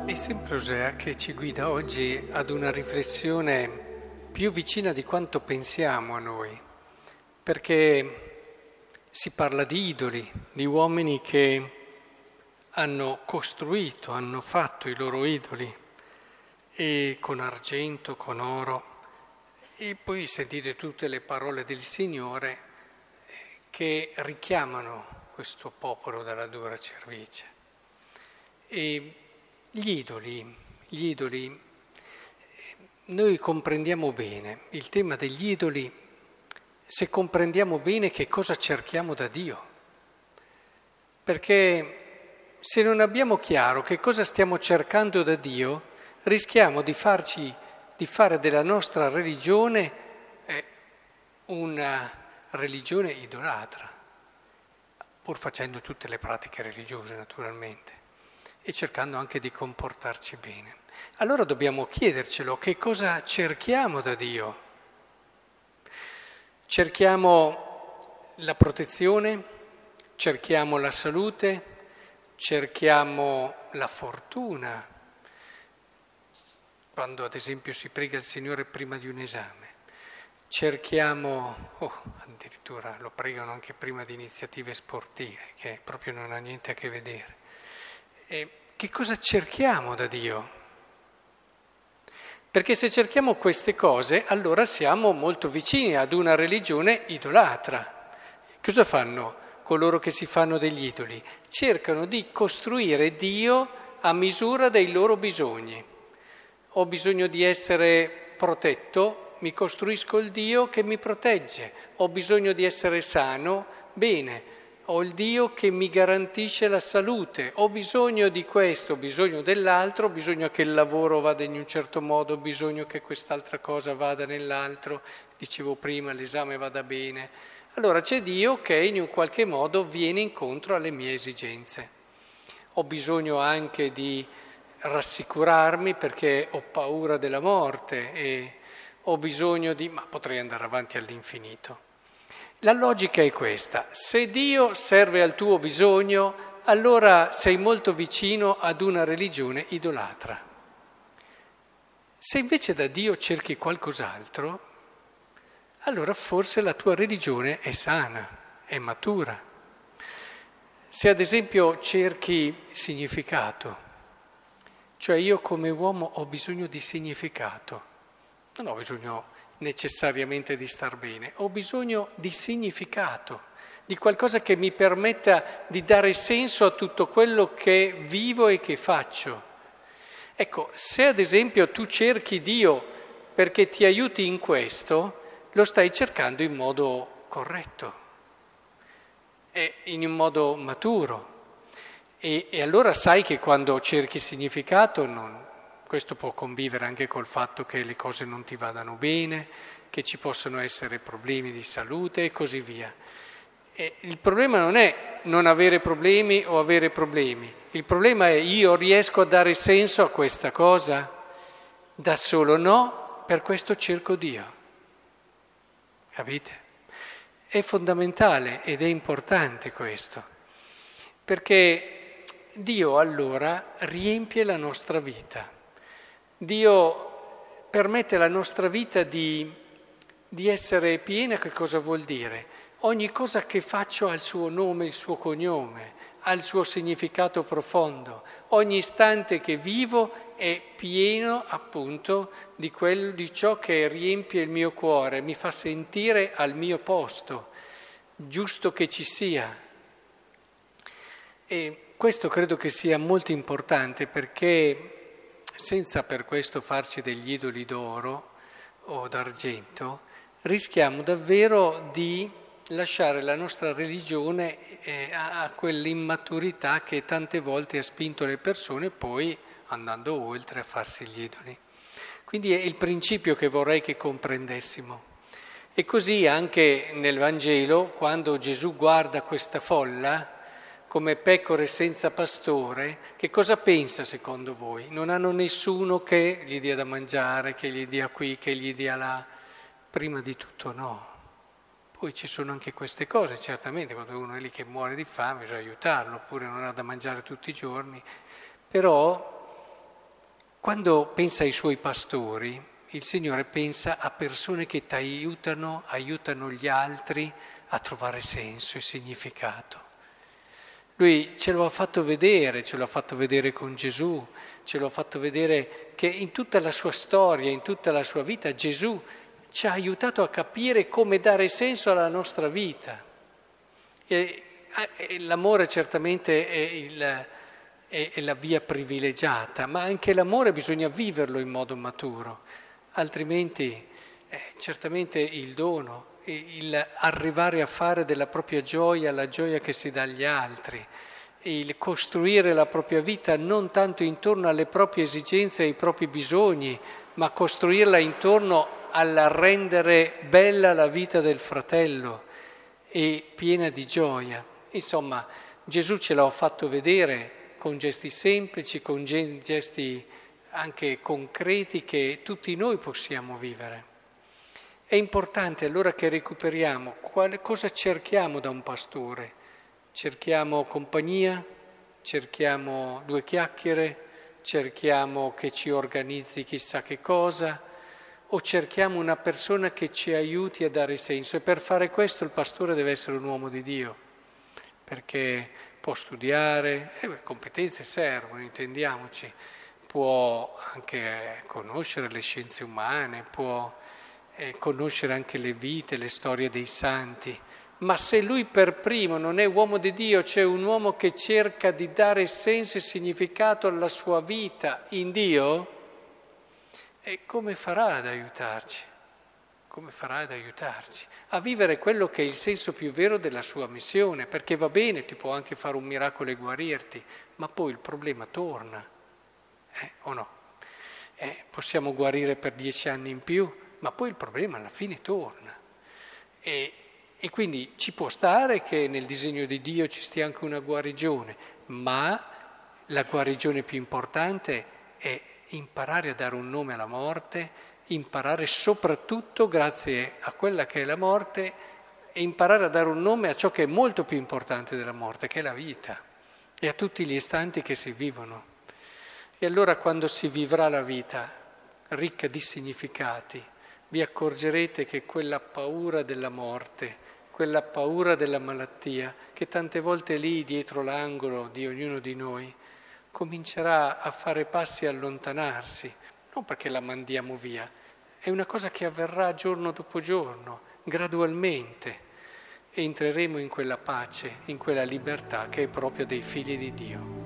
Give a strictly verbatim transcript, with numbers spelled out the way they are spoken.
È sempre Osea che ci guida oggi ad una riflessione più vicina di quanto pensiamo a noi, perché si parla di idoli, di uomini che hanno costruito, hanno fatto i loro idoli, e con argento, con oro, e poi sentite tutte le parole del Signore che richiamano questo popolo dalla dura cervice. E Gli idoli, gli idoli, noi comprendiamo bene il tema degli idoli se comprendiamo bene che cosa cerchiamo da Dio. Perché se non abbiamo chiaro che cosa stiamo cercando da Dio, rischiamo di farci, di fare della nostra religione eh, una religione idolatra, pur facendo tutte le pratiche religiose naturalmente, e cercando anche di comportarci bene. Allora dobbiamo chiedercelo, che cosa cerchiamo da Dio? Cerchiamo la protezione, cerchiamo la salute, cerchiamo la fortuna, quando ad esempio si prega il Signore prima di un esame, cerchiamo, oh, addirittura lo pregano anche prima di iniziative sportive, che proprio non ha niente a che vedere. E che cosa cerchiamo da Dio? Perché se cerchiamo queste cose, allora siamo molto vicini ad una religione idolatra. Cosa fanno coloro che si fanno degli idoli? Cercano di costruire Dio a misura dei loro bisogni. Ho bisogno di essere protetto, mi costruisco il Dio che mi protegge. Ho bisogno di essere sano, bene. Ho il Dio che mi garantisce la salute, ho bisogno di questo, ho bisogno dell'altro, ho bisogno che il lavoro vada in un certo modo, ho bisogno che quest'altra cosa vada nell'altro, dicevo prima, l'esame vada bene. Allora c'è Dio che in un qualche modo viene incontro alle mie esigenze. Ho bisogno anche di rassicurarmi perché ho paura della morte e ho bisogno di... ma potrei andare avanti all'infinito. La logica è questa: se Dio serve al tuo bisogno, allora sei molto vicino ad una religione idolatra. Se invece da Dio cerchi qualcos'altro, allora forse la tua religione è sana, è matura. Se ad esempio cerchi significato, cioè io come uomo ho bisogno di significato, non ho bisogno necessariamente di star bene, ho bisogno di significato, di qualcosa che mi permetta di dare senso a tutto quello che vivo e che faccio. Ecco, se ad esempio tu cerchi Dio perché ti aiuti in questo, lo stai cercando in modo corretto e in un modo maturo. E, e allora sai che quando cerchi significato non... Questo può convivere anche col fatto che le cose non ti vadano bene, che ci possono essere problemi di salute e così via. E il problema non è non avere problemi o avere problemi, il problema è: io riesco a dare senso a questa cosa? Da solo no, per questo cerco Dio. Capite? È fondamentale ed è importante questo, perché Dio allora riempie la nostra vita. Dio permette alla nostra vita di, di essere piena. Che cosa vuol dire? Ogni cosa che faccio ha il suo nome, il suo cognome, ha il suo significato profondo. Ogni istante che vivo è pieno appunto di, quel, di ciò che riempie il mio cuore, mi fa sentire al mio posto, giusto che ci sia. E questo credo che sia molto importante, perché senza per questo farci degli idoli d'oro o d'argento, rischiamo davvero di lasciare la nostra religione eh, a quell'immaturità che tante volte ha spinto le persone poi andando oltre a farsi gli idoli. Quindi è il principio che vorrei che comprendessimo. E così anche nel Vangelo, quando Gesù guarda questa folla come pecore senza pastore, che cosa pensa secondo voi? Non hanno nessuno che gli dia da mangiare, che gli dia qui, che gli dia là? Prima di tutto no. Poi ci sono anche queste cose, certamente, quando uno è lì che muore di fame bisogna aiutarlo, oppure non ha da mangiare tutti i giorni, però quando pensa ai suoi pastori, il Signore pensa a persone che ti aiutano, aiutano gli altri a trovare senso e significato. Lui ce lo ha fatto vedere, ce lo ha fatto vedere con Gesù, ce lo ha fatto vedere che in tutta la sua storia, in tutta la sua vita, Gesù ci ha aiutato a capire come dare senso alla nostra vita. E, e l'amore certamente è, il, è, è la via privilegiata, ma anche l'amore bisogna viverlo in modo maturo, altrimenti eh, certamente il dono, il arrivare a fare della propria gioia la gioia che si dà agli altri, il costruire la propria vita non tanto intorno alle proprie esigenze e ai propri bisogni, ma costruirla intorno al rendere bella la vita del fratello e piena di gioia. Insomma, Gesù ce l'ha fatto vedere con gesti semplici, con gesti anche concreti che tutti noi possiamo vivere. È importante allora che recuperiamo quale, cosa cerchiamo da un pastore. Cerchiamo compagnia, cerchiamo due chiacchiere, cerchiamo che ci organizzi chissà che cosa, o cerchiamo una persona che ci aiuti a dare senso. E per fare questo il pastore deve essere un uomo di Dio, perché può studiare, e beh, competenze servono, intendiamoci, può anche conoscere le scienze umane, può eh, conoscere anche le vite, le storie dei santi, ma se lui per primo non è uomo di Dio, cioè un uomo che cerca di dare senso e significato alla sua vita in Dio, e come farà ad aiutarci? Come farà ad aiutarci a vivere quello che è il senso più vero della sua missione? Perché va bene, ti può anche fare un miracolo e guarirti, ma poi il problema torna, eh, o no? Eh, possiamo guarire per dieci anni in più, ma poi il problema alla fine torna. E, e quindi ci può stare che nel disegno di Dio ci stia anche una guarigione, ma la guarigione più importante è imparare a dare un nome alla morte, imparare soprattutto, grazie a quella che è la morte, e imparare a dare un nome a ciò che è molto più importante della morte, che è la vita, e a tutti gli istanti che si vivono. E allora quando si vivrà la vita ricca di significati, vi accorgerete che quella paura della morte, quella paura della malattia, che tante volte è lì dietro l'angolo di ognuno di noi, comincerà a fare passi e allontanarsi, non perché la mandiamo via, è una cosa che avverrà giorno dopo giorno, gradualmente, e entreremo in quella pace, in quella libertà che è proprio dei figli di Dio.